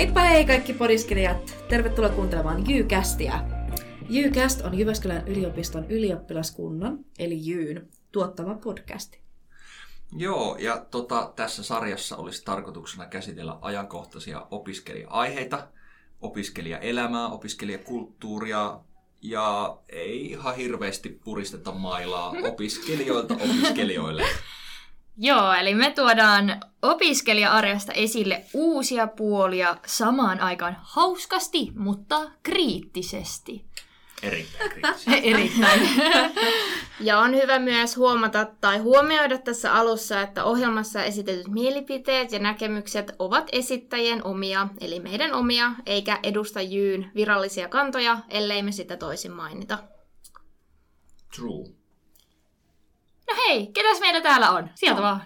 Heippa hei kaikki podiskelijat! Tervetuloa kuuntelemaan Jykästiä. Jykäst on Jyväskylän yliopiston ylioppilaskunnan, eli Jyn, tuottama podcasti. Joo, ja tässä sarjassa olisi tarkoituksena käsitellä ajankohtaisia opiskelija-aiheita, opiskelijaelämää, opiskelijakulttuuria ja ei ihan hirveästi puristeta mailaa opiskelijoilta opiskelijoille. Joo, eli me tuodaan opiskelija-arjesta esille uusia puolia samaan aikaan hauskasti, mutta kriittisesti. Erittäin kriittisesti. Erittäin. Ja on hyvä myös huomata tai huomioida tässä alussa, että ohjelmassa esitetyt mielipiteet ja näkemykset ovat esittäjien omia, eli meidän omia, eikä edusta Jyn virallisia kantoja, ellei me sitä toisin mainita. True. No hei, ketäs meillä täällä on? Sieltä vaan.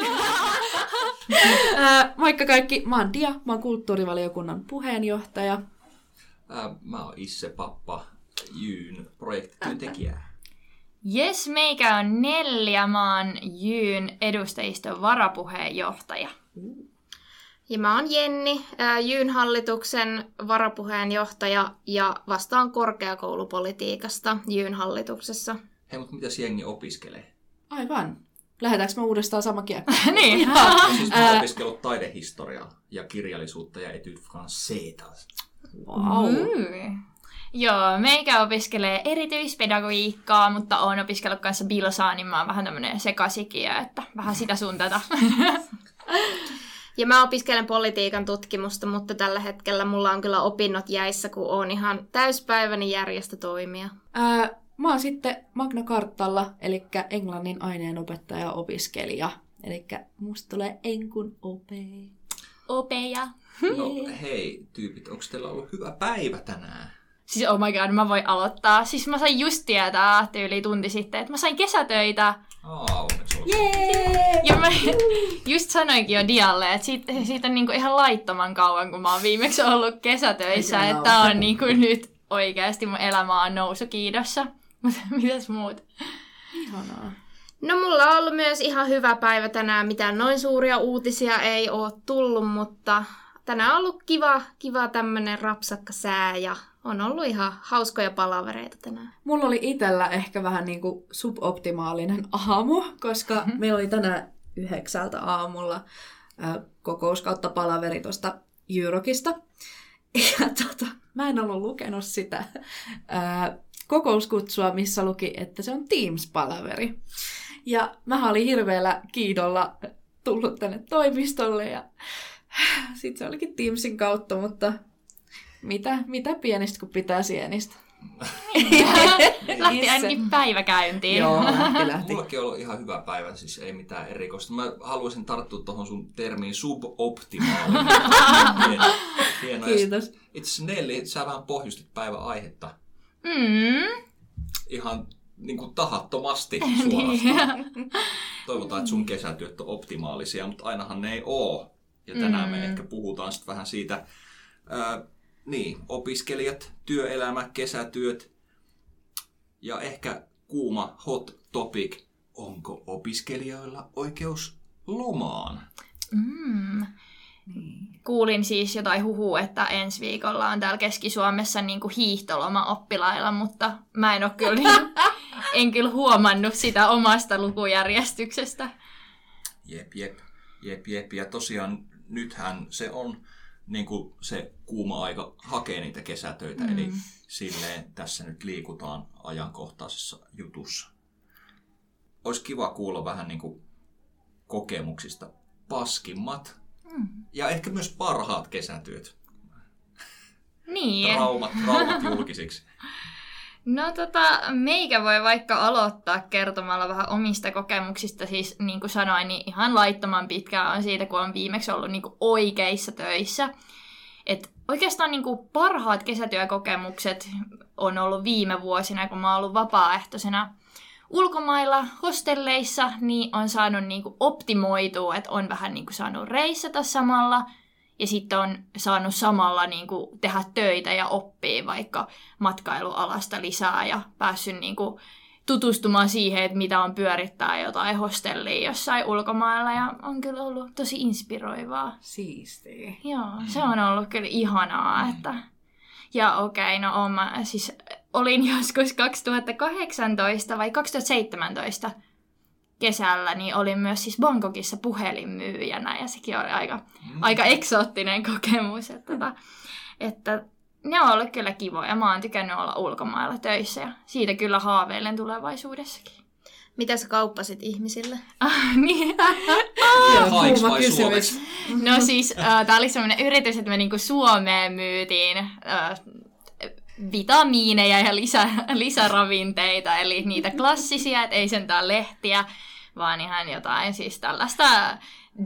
Moikka kaikki, mä oon Dia, mä oon kulttuurivaliokunnan puheenjohtaja. Mä oon Isse Pappa, Jyn projektityöntekijä. Jes, meikä on Nelli, mä oon Jyn edustajiston varapuheenjohtaja. Ja mä oon Jenni, Jyn hallituksen varapuheenjohtaja ja vastaan korkeakoulupolitiikasta Jyn hallituksessa. Hei, mutta mitäs jengi opiskelee? Aivan. Lähdetäänkö me uudestaan sama kiekko? Niin. Siis mä oon opiskellut taidehistoriaa ja kirjallisuutta ja études françaises. Wow. Joo, meikä opiskelee erityispedagogiikkaa, mutta oon opiskellut kanssa bilsaa, niin mä oon vähän tämmönen sekasikiä, että vähän sitä sun tätä. Ja mä opiskelen politiikan tutkimusta, mutta tällä hetkellä mulla on kyllä opinnot jäissä, kun oon ihan täyspäiväinen järjestötoimija. Mä oon sitten Magna Cartalla, eli englannin aineenopettaja-opiskelija. Eli musta tulee enkun opee. Opeja. No hei tyypit, onko teillä ollut hyvä päivä tänään? Siis oh my god, mä voin aloittaa. Siis mä sain just tietää tyyli tunti sitten, että mä sain kesätöitä. Onneksi olkoon. Jee! Ja mä just sanoinkin jo Dialle, että siitä on niinku ihan laittoman kauan, kun mä oon viimeksi ollut kesätöissä. Että tää on niinku nyt oikeasti mun elämä on nousukiidossa. Mutta mitäs muut? Ihanaa. No mulla on ollut myös ihan hyvä päivä tänään. Mitään noin suuria uutisia ei ole tullut, mutta tänään on ollut kiva tämmönen rapsakka sää ja on ollut ihan hauskoja palavereita tänään. Mulla oli itsellä ehkä vähän niin kuin suboptimaalinen aamu, koska meillä oli tänään 9 aamulla kokous kautta palaveri tuosta Jyrokista. Ja mä en ollut lukenut sitä kokouskutsua, missä luki, että se on Teams-palaveri. Ja mä olin hirveällä kiidolla tullut tänne toimistolle ja sitten se olikin Teamsin kautta, mutta mitä pienistä kun pitää sienistä. Lähti ainakin päivä käyntiin. Joo, lähti. Mullakin on ollut ihan hyvä päivä, siis ei mitään erikoista. Mä haluaisin tarttua tuohon sun termiin suboptimaalinen. Hienoa. Kiitos. Itse Nelli, sä vähän pohjustit päivän aihetta. Ihan niin kuin tahattomasti suorastaan. Toivotaan, että sun kesätyöt on optimaalisia, mutta ainahan ne ei oo. Ja tänään me ehkä puhutaan sitten vähän siitä, opiskelijat, työelämä, kesätyöt ja ehkä kuuma hot topic, onko opiskelijoilla oikeus lomaan? Kuulin siis jotain huhua, että ensi viikolla on täällä Keski-Suomessa niin kuin hiihtoloma oppilailla, mutta mä en kyllä huomannut sitä omasta lukujärjestyksestä. Jep. Ja tosiaan nythän se on niin kuin se kuuma aika hakee niitä kesätöitä, eli silleen tässä nyt liikutaan ajankohtaisessa jutussa. Olisi kiva kuulla vähän niin kuin kokemuksista paskimmat ja ehkä myös parhaat kesätyöt. Niin. Traumat julkisiksi. No meikä voi vaikka aloittaa kertomalla vähän omista kokemuksista. Siis niin kuin sanoin, niin ihan laittoman pitkään on siitä, kun on viimeksi ollut niin kuin oikeissa töissä. Et oikeastaan niin kuin parhaat kesätyökokemukset on ollut viime vuosina, kun mä oon ollut vapaaehtoisena ulkomailla hostelleissa, niin on saanut niin kuin optimoitua, että on vähän niin kuin saanut reissata samalla. Ja sitten on saanut samalla niin kuin tehdä töitä ja oppia vaikka matkailualasta lisää ja päässyt niin kuin tutustumaan siihen, että mitä on pyörittää jotain hostellia jossain ulkomailla. Ja on kyllä ollut tosi inspiroivaa. Siistiä. Joo, se on ollut kyllä ihanaa. Että... Ja okei, no olin joskus 2018 vai 2017 kesällä, niin olin myös siis Bangkokissa puhelinmyyjänä, ja sekin oli aika eksoottinen kokemus. Että ne on ollut kyllä kivoja. Mä oon tykännyt olla ulkomailla töissä, ja siitä kyllä haaveilen tulevaisuudessakin. Mitä sä kauppasit ihmisille? Niin. Kuuma kysymys. No siis, tää oli semmoinen yritys, että me niinku Suomeen myytiin vitamiineja ja lisäravinteita, eli niitä klassisia, et ei sentään lehtiä, vaan ihan jotain siis tällaista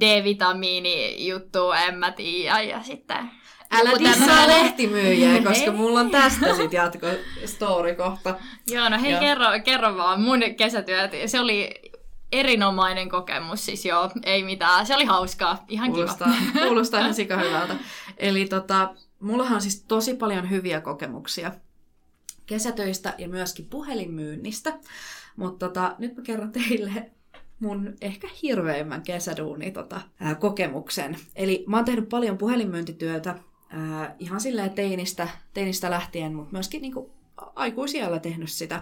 D-vitamiini-juttua, en mä tiedä, ja sitten... Älä dissaa lehtimyyjää, koska mulla on tästä sit jatko-story kohta. Joo, no hei, kerro vaan mun kesätyöt. Se oli erinomainen kokemus, siis joo, ei mitään. Se oli hauskaa, ihan kiva. Kuulostaa ihan sika hyvältä. Eli mullahan on siis tosi paljon hyviä kokemuksia kesätöistä ja myöskin puhelinmyynnistä. Mutta nyt mä kerron teille mun ehkä hirveimmän kesäduuni kokemuksen. Eli mä oon tehnyt paljon puhelinmyyntityötä ihan silleen teinistä lähtien, mutta myöskin niinku aikuisiällä tehnyt sitä.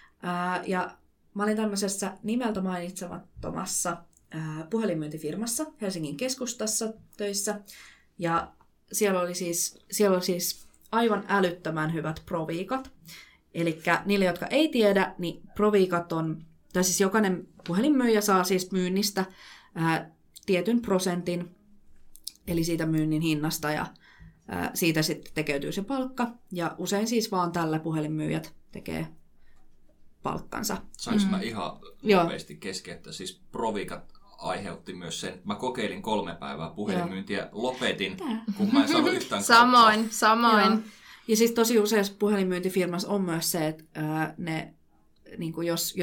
Ja mä olin tämmöisessä nimeltä mainitsemattomassa puhelinmyyntifirmassa Helsingin keskustassa töissä. Ja siellä oli siis aivan älyttömän hyvät proviikat. Eli niille, jotka ei tiedä, niin proviikat on, tai siis jokainen puhelinmyyjä saa siis myynnistä tietyn prosentin, eli siitä myynnin hinnasta, ja siitä sitten tekeytyy se palkka. Ja usein siis vaan tällä puhelinmyyjät tekee palkkansa. Sainko mä ihan nopeasti keskeyttää? Siis proviikat aiheutti myös sen, että mä kokeilin 3 päivää puhelinmyyntiä, lopetin, kun mä en saanut yhtään Samoin. Joo. Ja siis tosi useassa puhelinmyyntifirmassa on myös se, että ne, niin kuin jos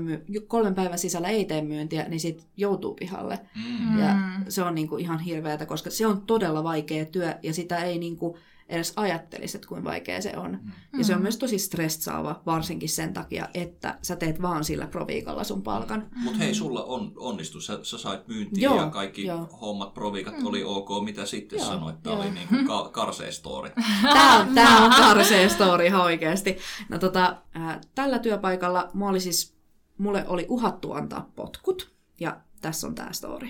3 päivän sisällä ei tee myyntiä, niin sit joutuu pihalle. Ja se on niin kuin ihan hirveätä, koska se on todella vaikea työ, ja sitä ei niin kuin edes ajattelisi, että kuinka vaikea se on. Ja se on myös tosi stressaava, varsinkin sen takia, että sä teet vaan sillä proviikalla sun palkan. Mutta hei, sulla onnistu. Sä sait myyntiä ja kaikki hommat, proviikat oli ok. Mitä sitten sanoit? Tämä oli niin kuin karsea story. Tämä on karsea story ihan oikeasti. No tällä työpaikalla mulle oli uhattu antaa potkut, ja tässä on tämä story.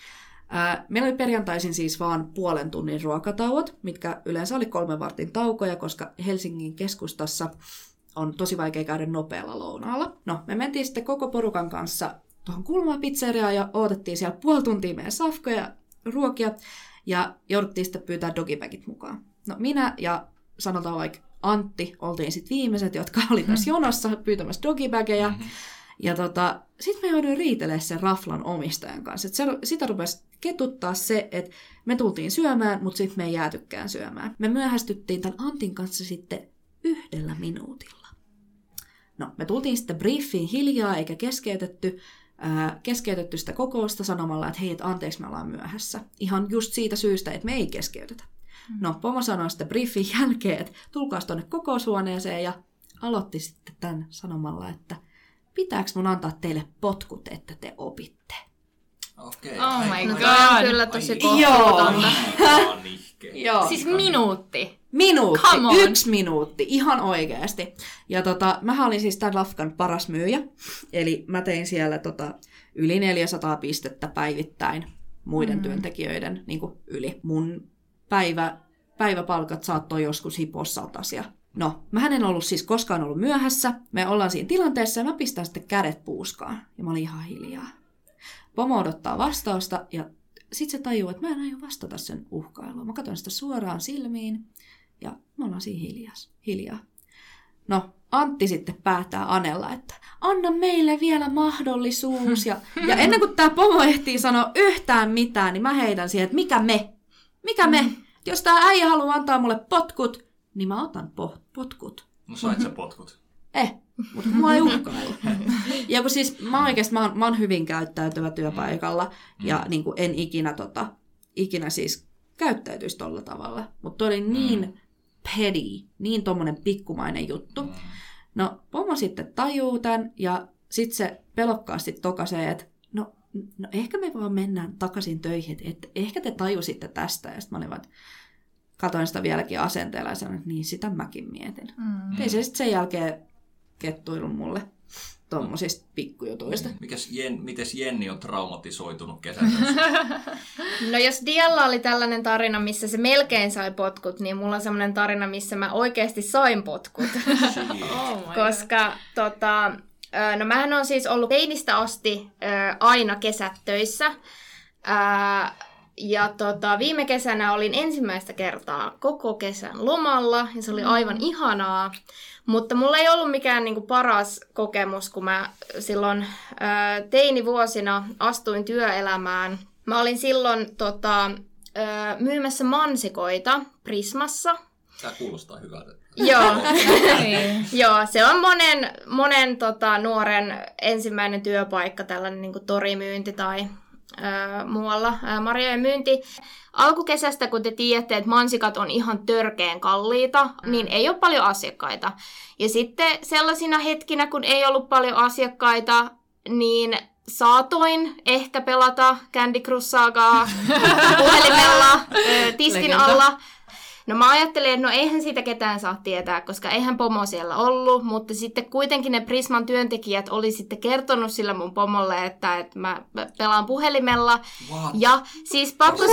Meillä oli perjantaisin siis vaan 0,5 tunnin ruokatauot, mitkä yleensä oli 3 vartin taukoja, koska Helsingin keskustassa on tosi vaikea käydä nopealla lounaalla. No, me mentiin sitten koko porukan kanssa tuohon kulmapizzeriaan ja odotettiin siellä 0,5 tuntia meidän safkoja ja ruokia, ja jouduttiin sitten pyytää dogibagit mukaan. No, minä ja sanotaan vaikka Antti oltiin sitten viimeiset, jotka oli tässä jonossa pyytämässä dogibageja. Ja sitten me jouduin riitelemään sen raflan omistajan kanssa. Sitä rupesi ketuttaa se, että me tultiin syömään, mutta sitten me ei jäätykään syömään. Me myöhästyttiin tämän Antin kanssa sitten 1 minuutilla. No, me tultiin sitten briefiin hiljaa, eikä keskeytetty sitä kokousta sanomalla, että hei, et anteeksi, me ollaan myöhässä. Ihan just siitä syystä, että me ei keskeytetä. No, pomo sanoi sitten briefin jälkeen, että tulkaas tuonne kokoushuoneeseen, ja aloitti sitten tämän sanomalla, että pitääkö mun antaa teille potkut, että te opitte? Okei. Oh my god. Tämä on kyllä tosi kohtuutonta. Joo. Siis minuutti. Minuutti, 1 minuutti, ihan oikeasti. Ja mähän olin siis tämän lafkan paras myyjä, eli mä tein siellä yli 400 pistettä päivittäin muiden työntekijöiden niin kuin yli. Mun päiväpalkat saattoi joskus hipoa satasia. No, mähän en ollut siis koskaan ollut myöhässä. Me ollaan siinä tilanteessa ja mä pistän sitten kädet puuskaan. Ja mä olin ihan hiljaa. Pomo odottaa vastausta ja sit se tajuu, että mä en aio vastata sen uhkailuun. Mä katson sitä suoraan silmiin ja me ollaan siinä hiljaa. No, Antti sitten päättää Anella, että anna meille vielä mahdollisuus. Ja ennen kuin tää pomo ehtii sanoa yhtään mitään, niin mä heitän siihen, että mikä me? Jos tää äijä haluaa antaa mulle potkut, niin mä otan potkut. No sait sä potkut? Mutta mua ei uhkailu. Ja kun siis mä oon hyvin käyttäytyvä työpaikalla ja niin kuin en ikinä siis käyttäytyisi tolla tavalla. Mutta oli niin petty, niin tommonen pikkumainen juttu. No pomo sitten tajuu tämän ja sitten se pelokkaasti tokaisee, että no ehkä me vaan mennään takaisin töihin, että ehkä te tajusitte tästä. Ja sitten mä olin vaan, katoin sitä vieläkin asenteella ja sanoin, että niin sitä mäkin mietin. Ei se sitten sen jälkeen kettuillut mulle tommosista pikkujutuista. Mites Jenni on traumatisoitunut kesätöissä? No jos Dialla oli tällainen tarina, missä se melkein sai potkut, niin mulla on semmoinen tarina, missä mä oikeasti sain potkut. Koska no mähän on siis ollut teinistä asti aina kesät töissä. Ja viime kesänä olin ensimmäistä kertaa koko kesän lomalla ja se oli aivan ihanaa. Mutta mulla ei ollut mikään niinku paras kokemus, kun mä silloin teinivuosina astuin työelämään. Mä olin silloin myymässä mansikoita Prismassa. Tämä kuulostaa hyvältä. Joo. Joo, se on monen nuoren ensimmäinen työpaikka, tällainen niinku torimyynti tai muualla marjojen myynti. Alkukesästä, kun te tiedätte, että mansikat on ihan törkeen kalliita, niin ei ole paljon asiakkaita. Ja sitten sellaisina hetkinä, kun ei ollut paljon asiakkaita, niin saatoin ehkä pelata Candy Crush Sagaa puhelimella tiskin alla. No mä ajattelin, että no eihän siitä ketään saa tietää, koska eihän pomo siellä ollut, mutta sitten kuitenkin ne Prisman työntekijät oli sitten kertonut sillä mun pomolle, että mä pelaan puhelimella. What? Ja siis pakko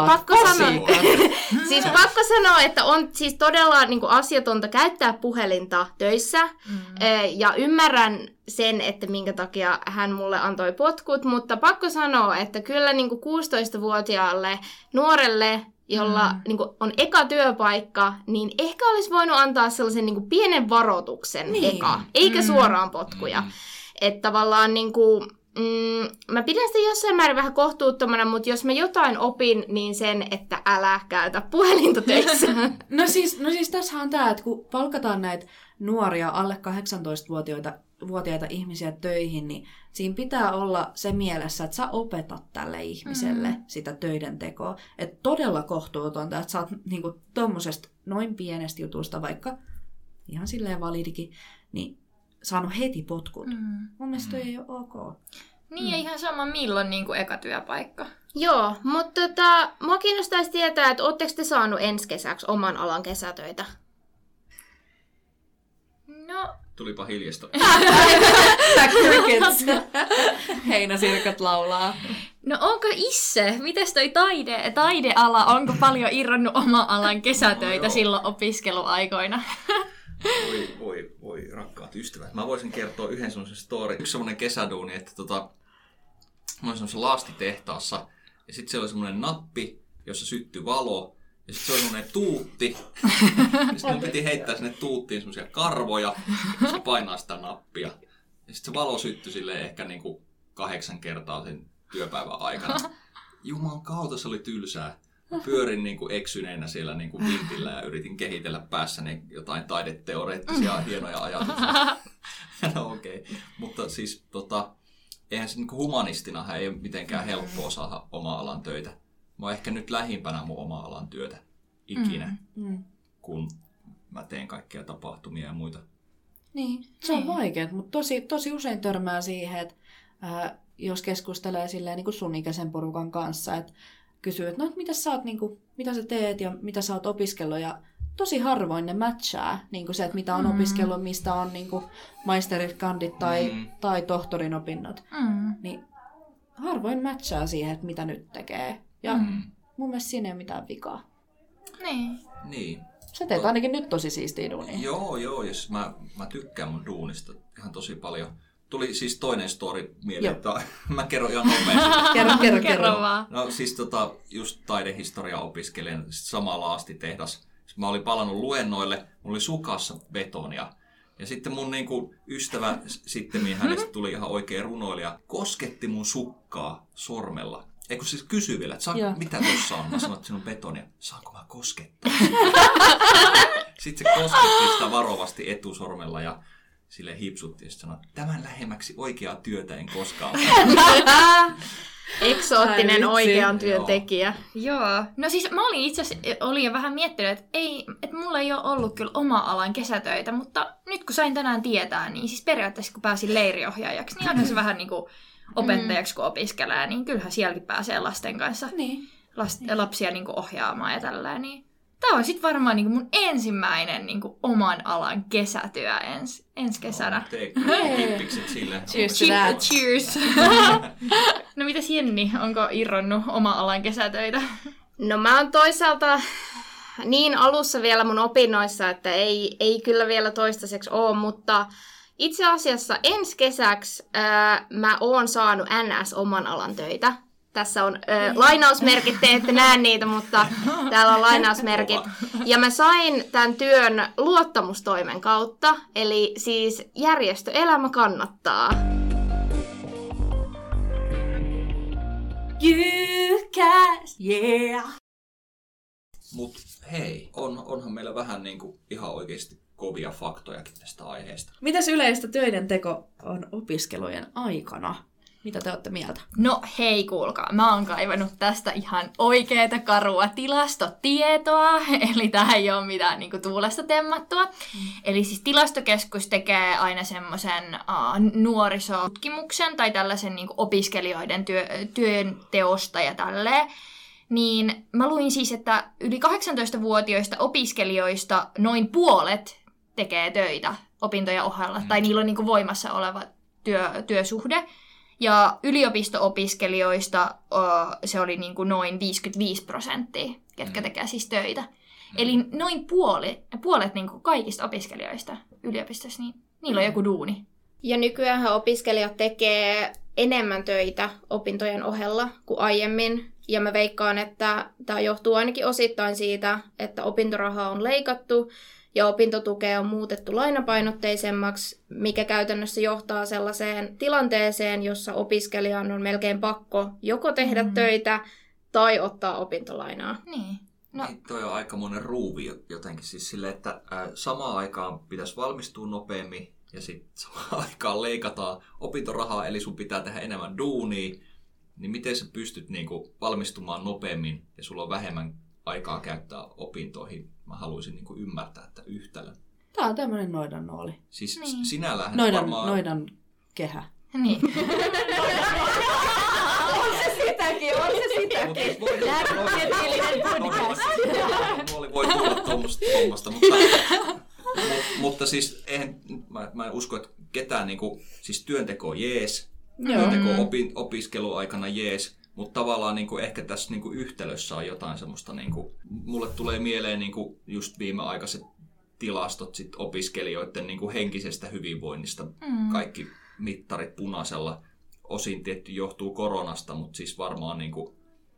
sanoa, että on siis todella niin kuin asiatonta käyttää puhelinta töissä. Ja ymmärrän sen, että minkä takia hän mulle antoi potkut, mutta pakko sanoa, että kyllä niin kuin 16-vuotiaalle nuorelle, jolla niin kuin, on eka työpaikka, niin ehkä olisi voinut antaa sellaisen niin kuin, pienen varoituksen eka, eikä suoraan potkuja. Että tavallaan niin kuin, mä pidän sitä jossain määrin vähän kohtuuttomana, mutta jos mä jotain opin, niin sen, että älä käytä puhelinta töissä. No siis tässähän on tämä, että kun palkataan näitä nuoria alle 18-vuotiaita ihmisiä töihin, niin siinä pitää olla se mielessä, että sä opetat tälle ihmiselle sitä töiden tekoa. Että todella kohtuutonta, että sä oot niinku tommosesta noin pienestä jutusta, vaikka ihan silleen validikin, niin saanut heti potkut. Mun mielestä toi ei ole ok. Niin, ja ihan sama milloin niin kuin eka työpaikka. Joo, mutta mua kiinnostaisi tietää, että ootteko te saanut ensi kesäksi oman alan kesätöitä? No... Tulipa hiljasta. Crickets. Heinäsirkat laulaa. No onko Isse? Mites toi taideala? Onko paljon irronnut oma alan kesätöitä silloin opiskeluaikoina? Voi rakkaat ystävät. Mä voisin kertoa yhden semmoisen story. Yksi semmoinen kesäduuni, että mä olin semmoisessa laastitehtaassa ja sitten siellä oli semmoinen nappi, jossa syttyi valo. Ja sitten se oli semmoinen tuutti. Ja sitten mun piti heittää sinne tuuttiin semmoisia karvoja, ja se painaa sitä nappia. Ja sitten se valo syttyi silleen ehkä niinku 8 kertaa sen työpäivän aikana. Juman kautta se oli tylsää. Mä pyörin niinku eksyneenä siellä niinku vintillä ja yritin kehitellä päässäni jotain taideteoreettisia hienoja ajatuksia. No okei. Mutta siis eihän se niinku humanistina ei ole mitenkään helppoa saada oma-alan töitä. Mä oon ehkä nyt lähimpänä mun oma-alan työtä ikinä, kun mä teen kaikkia tapahtumia ja muita. Niin, se on vaikeaa, mutta tosi usein törmää siihen, että jos keskustelee silleen niin kuin sun ikäisen porukan kanssa, että kysyy, että no, mitä sä oot, niin kuin, mitä sä teet ja mitä sä oot opiskellut, ja tosi harvoin ne matchaa niin kuin se, että mitä on opiskellut, mistä on niin kuin maisterikandit tai tohtorin opinnot. Niin harvoin matchaa siihen, että mitä nyt tekee. Ja mun mielestä siinä ei ole mitään vikaa. Niin. Sä teet ainakin nyt tosi siistiä duunia. Joo, jos mä tykkään mun duunista ihan tosi paljon. Tuli siis toinen story mieleen, että mä kerron ihan nopeasti. Kerro vaan. No siis just taidehistoria opiskelen, sama laastitehdas. Mä olin palannut luennoille, mulla oli sukassa betonia. Ja sitten mun niinku ystävä, sitten hänestä tuli ihan oikea runoilija, kosketti mun sukkaa sormella. Eikö siis kysyi vielä, että mitä tossa on? Mä sanoin, että siinä on betonia. Saanko mä koskettaa? Sitten se kosketti sitä varovasti etusormella ja sille hipsutti ja sanoi, tämän lähemmäksi oikeaa työtä en koskaan. Eksoottinen oikean työntekijä. Joo. No siis mä olin itse asiassa jo vähän miettinyt, että mulla ei ole ollut kyllä oma alan kesätöitä, mutta nyt kun sain tänään tietää, niin siis periaatteessa kun pääsin leiriohjaajaksi, niin onhan se vähän niin kuin opettajaksi kun opiskelee, niin kyllähän sielläkin pääsee lasten kanssa lapsia niin kuin ohjaamaan ja tällä niin. Tämä on sitten varmaan niinku mun ensimmäinen niinku oman alan kesätyö ensi kesänä. Kippikset sille. Cheers. No mitäs Jenni, onko irronnut oma alan kesätöitä? No mä oon toisaalta niin alussa vielä mun opinnoissa, että ei kyllä vielä toistaiseksi ole, mutta itse asiassa ensi kesäksi mä oon saanut NS oman alan töitä. Tässä on lainausmerkit, te ette näe niitä, mutta täällä on lainausmerkit. Ja mä sain tämän työn luottamustoimen kautta, eli siis järjestöelämä kannattaa. Jykäs, yeah! Mut hei, onhan meillä vähän niinku ihan oikeasti kovia faktojakin tästä aiheesta. Mitäs yleistä töiden teko on opiskelujen aikana? Mitä te olette mieltä? No hei kuulkaa, mä oon kaivannut tästä ihan oikeeta karua tilastotietoa, eli tää ei ole mitään niinku tuulesta temmattua. Eli siis Tilastokeskus tekee aina semmoisen nuorisotutkimuksen tai tällaisen niinku opiskelijoiden työnteosta ja tälleen. Niin mä luin siis, että yli 18-vuotiaista opiskelijoista noin puolet tekee töitä opintojen ohella, tai niillä on niinku voimassa oleva työsuhde. Ja yliopisto-opiskelijoista se oli niin kuin noin 55%, ketkä tekee siis töitä. Eli noin puolet niin kuin kaikista opiskelijoista yliopistossa, niin niillä on joku duuni. Ja nykyäänhän opiskelijat tekee enemmän töitä opintojen ohella kuin aiemmin. Ja mä veikkaan, että tämä johtuu ainakin osittain siitä, että opintorahaa on leikattu ja opintotukea on muutettu lainapainotteisemmaksi, mikä käytännössä johtaa sellaiseen tilanteeseen, jossa opiskelijan on melkein pakko joko tehdä töitä tai ottaa opintolainaa. Niin. No. Niin, toi on aikamoinen ruuvi jotenkin siis silleen, että samaan aikaan pitäisi valmistua nopeammin ja sitten samaan aikaan leikataan opintorahaa, eli sun pitää tehdä enemmän duunia, niin miten sä pystyt niinku valmistumaan nopeammin ja sulla on vähemmän aikaa käyttää opintoihin? Mä haluaisin niinku ymmärtää että yhtälö. Tää on tämmönen noidan nooli. Siis sinällään noidan kehä. Niin. On se sitäkin. Lääketieteellinen podcast. Nuoli voi tulla tuommoista hommasta, mutta siis mä en usko, että ketään niinku, siis työnteko on jees, työnteko opiskeluaikana jees, mutta tavallaan niinku ehkä tässä niinku yhtälössä on jotain semmoista, niinku, mulle tulee mieleen niinku just viimeaikaiset tilastot sit opiskelijoiden niinku henkisestä hyvinvoinnista. Kaikki mittarit punaisella. Osin tietty johtuu koronasta, mutta siis varmaan niinku,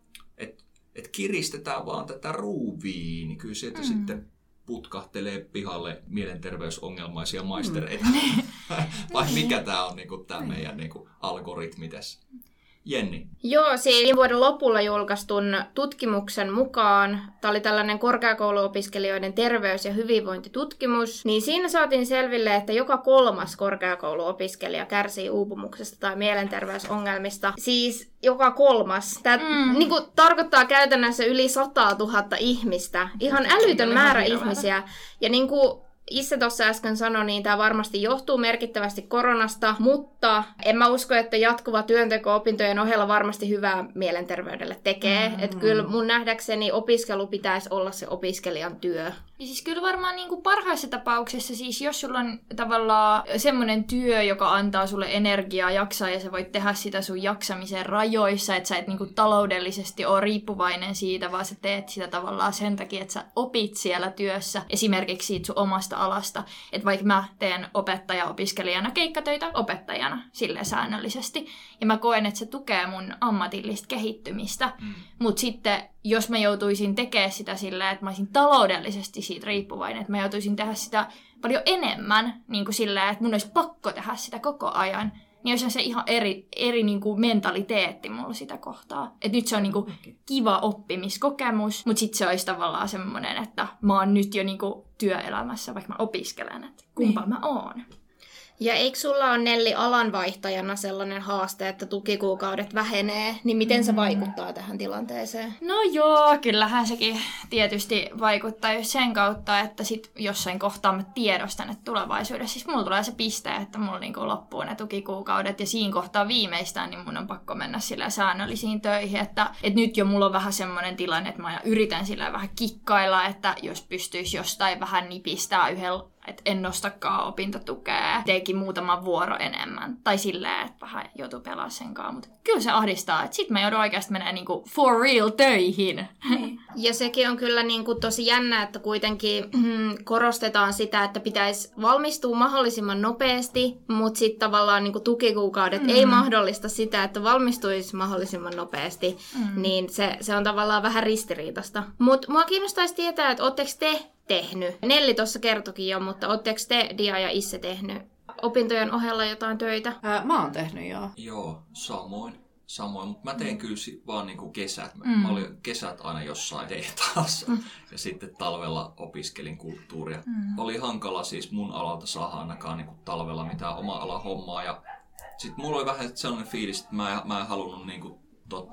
että kiristetään vaan tätä ruuvia, niin kyllä sieltä sitten putkahtelee pihalle mielenterveysongelmaisia maistereita. Vai mikä tämä on niinku, tämä meidän niinku, algoritmi tässä? Jenni. Joo, siinä vuoden lopulla julkaistun tutkimuksen mukaan, tämä oli tällainen korkeakouluopiskelijoiden terveys- ja hyvinvointitutkimus, niin siinä saatiin selville, että joka 3. korkeakouluopiskelija kärsii uupumuksesta tai mielenterveysongelmista. Siis joka 3. Tämä niin kuin tarkoittaa käytännössä yli 100 000 ihmistä. Ihan älytön määrä ihmisiä. Ja niin kuin Isse tuossa äsken sanoi, niin tämä varmasti johtuu merkittävästi koronasta, mutta en mä usko, että jatkuva työnteko opintojen ohella varmasti hyvää mielenterveydelle tekee. Että kyllä mun nähdäkseni opiskelu pitäisi olla se opiskelijan työ. Ja siis kyllä varmaan niin kuin parhaassa tapauksessa, siis jos sulla on tavallaan semmoinen työ, joka antaa sulle energiaa jaksaa ja sä voit tehdä sitä sun jaksamisen rajoissa, että sä et niin kuin taloudellisesti ole riippuvainen siitä, vaan sä teet sitä tavallaan sen takia, että sä opit siellä työssä esimerkiksi siitä sun omasta alasta. Että vaikka mä teen opettaja-opiskelijana keikkatöitä opettajana silleen säännöllisesti, ja mä koen, että se tukee mun ammatillista kehittymistä, mutta sitten jos mä joutuisin tekemään sitä silleen, että mä olisin taloudellisesti siitä riippuvainen, että mä joutuisin tehdä sitä paljon enemmän niin kuin silleen, että mun olisi pakko tehdä sitä koko ajan, niin olisi se ihan eri niin kuin mentaliteetti mulla sitä kohtaa. Että nyt se on niin kuin kiva oppimiskokemus, mutta sitten se olisi tavallaan semmoinen, että mä oon nyt jo niin kuin työelämässä, vaikka mä opiskelen, että kumpa mä oon. Ja eikö sulla ole, Nelli, alanvaihtajana sellainen haaste, että tukikuukaudet vähenee, niin miten se vaikuttaa tähän tilanteeseen? No joo, kyllähän sekin tietysti vaikuttaa just sen kautta, että sit jossain kohtaa mä tiedostan, että tulevaisuudessa, siis mulla tulee se piste, että mulla niinku loppuu ne tukikuukaudet ja siinä kohtaa viimeistään, niin mun on pakko mennä sillä säännöllisiin töihin, että nyt jo mulla on vähän semmoinen tilanne, että mä yritän sillä vähän kikkailla, että jos pystyisi jostain vähän nipistää yhdellä, että en nostakaan opintotukea, teekin muutaman vuoro enemmän. Tai silleen, että vähän joutuu pelaa sen kanssa. Mutta kyllä se ahdistaa, että sit mä joudun oikeasti menemään niinku for real töihin. Niin. Ja sekin on kyllä niinku tosi jännä, että kuitenkin korostetaan sitä, että pitäisi valmistua mahdollisimman nopeasti, mutta sitten tavallaan niinku tukikuukaudet ei mahdollista sitä, että valmistuisi mahdollisimman nopeasti. Niin se on tavallaan vähän ristiriitasta. Mutta mua kiinnostaisi tietää, että ootteko te tehnyt? Nelli tuossa kertokin jo, mutta ootteko te, Dia ja Isse, tehnyt opintojen ohella jotain töitä? Mä oon tehnyt, joo. Joo, samoin, mutta mä tein kyllä vaan niinku kesät. Mä olin kesät aina jossain tehtaassa ja sitten talvella opiskelin kulttuuria. Oli hankala siis mun alalta saada ainakaan niinku talvella mitään oma alan hommaa ja sitten mulla oli vähän sellainen fiilis, että mä en halunnut niinku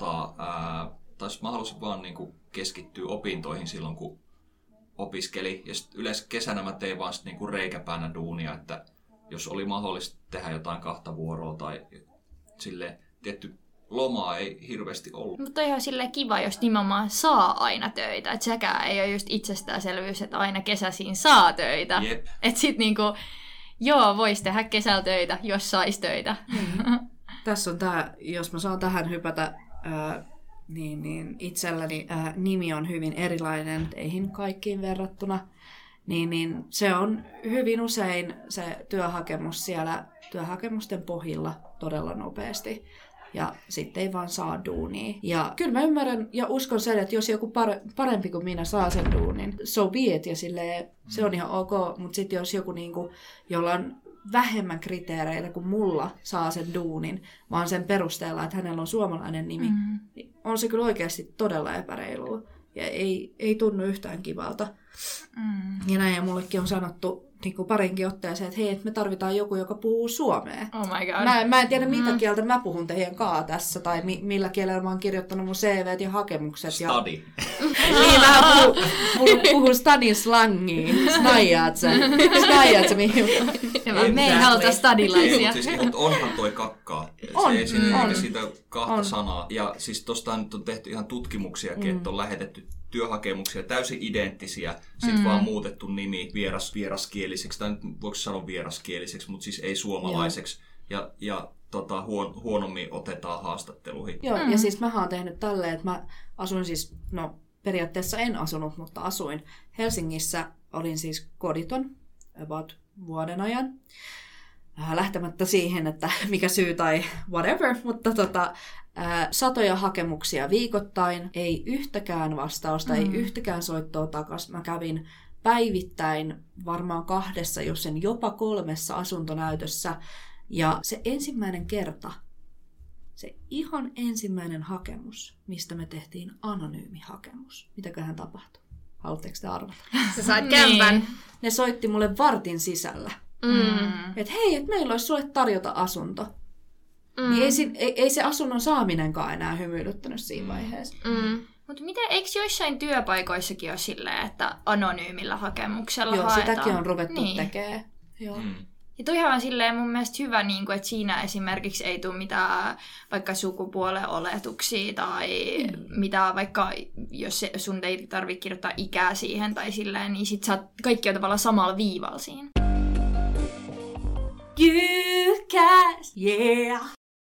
tai mä halusin vaan niinku keskittyä opintoihin silloin, kun opiskeli. Ja sitten yleensä kesänä mä tein vaan niinku reikäpäänä duunia, että jos oli mahdollista tehdä jotain 2 vuoroa tai silleen tietty lomaa ei hirveästi ollut. Mutta on ihan silleen kiva, jos nimenomaan saa aina töitä. Että sekään ei ole just itsestäänselvyys, että aina kesäisiin saa töitä. Jep. Että sit niinku, vois tehdä kesällä töitä, jos sais töitä. Tässä on tää, jos mä saan tähän hypätä, niin itselläni nimi on hyvin erilainen teihin kaikkiin verrattuna. Niin se on hyvin usein se työhakemus siellä työhakemusten pohjilla todella nopeasti. Ja sitten ei vaan saa duunia. Ja kyllä mä ymmärrän ja uskon sen, että jos joku parempi kuin minä saa sen duunin, so be it, ja silleen, se on ihan ok. Mutta sitten jos joku niinku, jolla on vähemmän kriteereitä kuin mulla saa sen duunin, vaan sen perusteella, että hänellä on suomalainen nimi, niin on se kyllä oikeasti todella epäreilua. Ja ei tunnu yhtään kivalta. Ja näin, ja mullekin on sanottu niin kuin parinkin otteeseen, että hei, että me tarvitaan joku, joka puhuu suomea. Oh my god. Mä en tiedä, mitä kieltä mä puhun teidän kaa tässä, tai millä kielellä mä oon kirjoittanut mun CVt ja hakemukset. Stadi. Niin vähän puhun stadin slangia. Snaijaat sä, mihin? Me ei haluta stadilaisia. Mutta onhan toi kakkaa. On. Se ei siitä kahta sanaa. Ja siis tosta nyt on tehty ihan tutkimuksiakin, että on lähetetty työhakemuksia täysin identtisiä, sitten vaan muutettu nimi vieraskieliseksi, tai nyt voiko sanoa vieraskieliseksi, mutta siis ei suomalaiseksi, ja huonommin otetaan haastatteluihin. Joo, ja siis mä oon tehnyt tälleen, että mä asuin siis, periaatteessa en asunut, mutta asuin Helsingissä, olin siis koditon about vuoden ajan. Lähtemättä siihen, että mikä syy tai whatever, mutta satoja hakemuksia viikoittain, ei yhtäkään vastausta, ei yhtäkään soittoa takas. Mä kävin päivittäin varmaan 2, jos en jopa 3 asuntonäytössä. Ja se ensimmäinen kerta, se ihan ensimmäinen hakemus, mistä me tehtiin anonyymi hakemus. Mitäköhän tapahtui? Haluatteko te arvata? Sä sait kämpän. Ne soitti mulle vartin sisällä. Että hei, että meillä olisi sulle tarjota asunto. Niin ei se asunnon saaminenkaan enää hymyilyttänyt siinä vaiheessa. Mutta eikö joissain työpaikoissakin ole silleen, että anonyymillä hakemuksella haetaan? Joo, sitäkin on ruvettu tekemään. Joo. Ja toihan on silleen mun mielestä hyvä, että siinä esimerkiksi ei tule mitään vaikka sukupuolen oletuksia tai mitään, vaikka jos sun ei tarvitse kirjoittaa ikää siihen tai silleen, niin sit kaikki on tavallaan samalla viivalla siinä. Jykäs, yeah!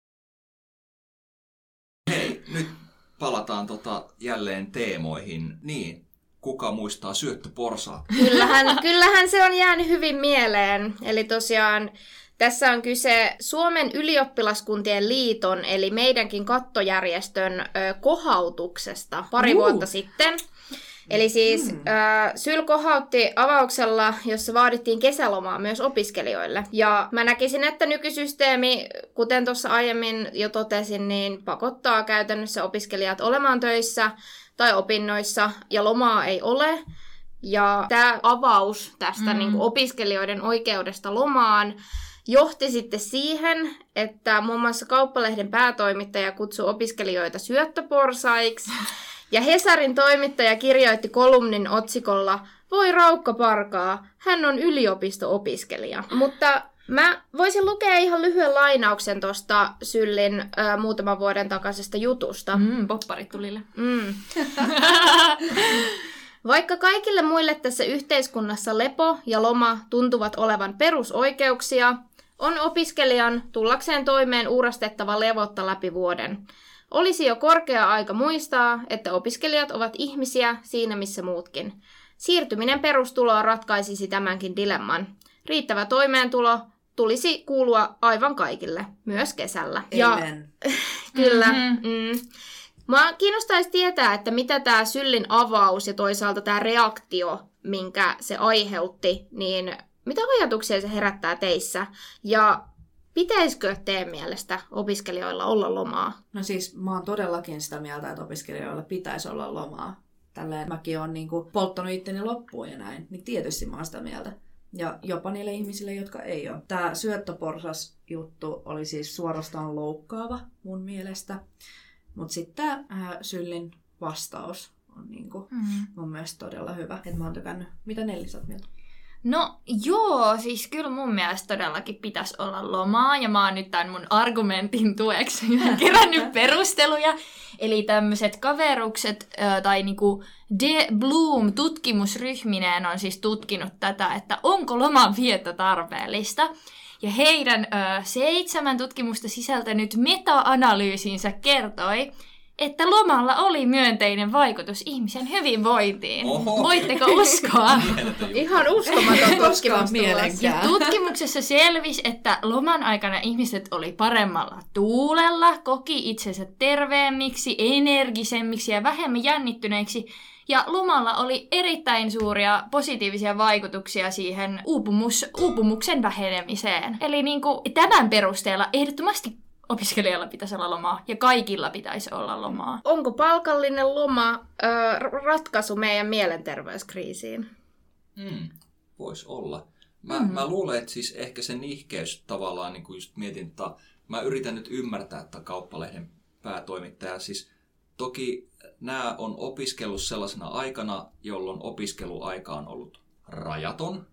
Hei, nyt palataan jälleen teemoihin. Niin, kuka muistaa syöttöporsaat? Kyllähän se on jäänyt hyvin mieleen. Eli tosiaan tässä on kyse Suomen ylioppilaskuntien liiton, eli meidänkin kattojärjestön kohautuksesta pari vuotta sitten. Eli siis SYL kohautti avauksella, jossa vaadittiin kesälomaa myös opiskelijoille. Ja mä näkisin, että nykysysteemi, kuten tuossa aiemmin jo totesin, niin pakottaa käytännössä opiskelijat olemaan töissä tai opinnoissa, ja lomaa ei ole. Ja tämä avaus tästä niin kuin opiskelijoiden oikeudesta lomaan johti sitten siihen, että muun muassa Kauppalehden päätoimittaja kutsui opiskelijoita syöttöporsaiksi. Ja Hesarin toimittaja kirjoitti kolumnin otsikolla "Voi raukkaparkaa, hän on yliopisto-opiskelija". Mutta mä voisin lukea ihan lyhyen lainauksen tuosta Syllin muutaman vuoden takaisesta jutusta. Popparit tulille. Vaikka kaikille muille tässä yhteiskunnassa lepo ja loma tuntuvat olevan perusoikeuksia, on opiskelijan tullakseen toimeen uurastettava levotta läpi vuoden. Olisi jo korkea aika muistaa, että opiskelijat ovat ihmisiä siinä missä muutkin. Siirtyminen perustuloon ratkaisisi tämänkin dilemman. Riittävä toimeentulo tulisi kuulua aivan kaikille, myös kesällä. Amen. Kyllä. Mä kiinnostaisi tietää, että mitä tämä Syllin avaus ja toisaalta tämä reaktio, minkä se aiheutti, niin mitä ajatuksia se herättää teissä? Ja pitäisikö teidän mielestä opiskelijoilla olla lomaa? No siis mä oon todellakin sitä mieltä, että opiskelijoilla pitäisi olla lomaa. Tälleen mäkin oon niinku polttanut itteni loppuun ja näin, niin tietysti mä oon sitä mieltä. Ja jopa niille ihmisille, jotka ei ole. Tää syöttöporsas-juttu oli siis suorastaan loukkaava mun mielestä. Mutta sitten tämä Syllin vastaus on niinku mun mielestä todella hyvä. Et mä oon tykännyt. Mitä Nelli sä oot mieltä? No joo, siis kyllä mun mielestä todellakin pitäisi olla lomaa, ja mä oon nyt tämän mun argumentin tueksi kerännyt perusteluja. Eli tämmöiset kaverukset tai niinku De Bloom tutkimusryhmineen on siis tutkinut tätä, että onko loman vieto tarpeellista. Ja heidän 7 tutkimusta sisältänyt meta-analyysinsä kertoi, että lomalla oli myönteinen vaikutus ihmisen hyvinvointiin. Oho. Voitteko uskoa? Ihan uskomaton tutkimus. Ja tutkimuksessa selvisi, että loman aikana ihmiset oli paremmalla tuulella, koki itsensä terveemmiksi, energisemmiksi ja vähemmän jännittyneiksi. Ja lomalla oli erittäin suuria positiivisia vaikutuksia siihen uupumuksen vähenemiseen. Eli niin kuin tämän perusteella ehdottomasti opiskelijalla pitäisi olla lomaa ja kaikilla pitäisi olla lomaa. Onko palkallinen loma ratkaisu meidän mielenterveyskriisiin? Voisi olla. Mä luulen, että siis ehkä se nihkeys tavallaan, niin kuin just mietin, että mä yritän nyt ymmärtää, että Kauppalehden päätoimittaja, siis toki nämä on opiskellut sellaisena aikana, jolloin opiskeluaika on ollut rajaton.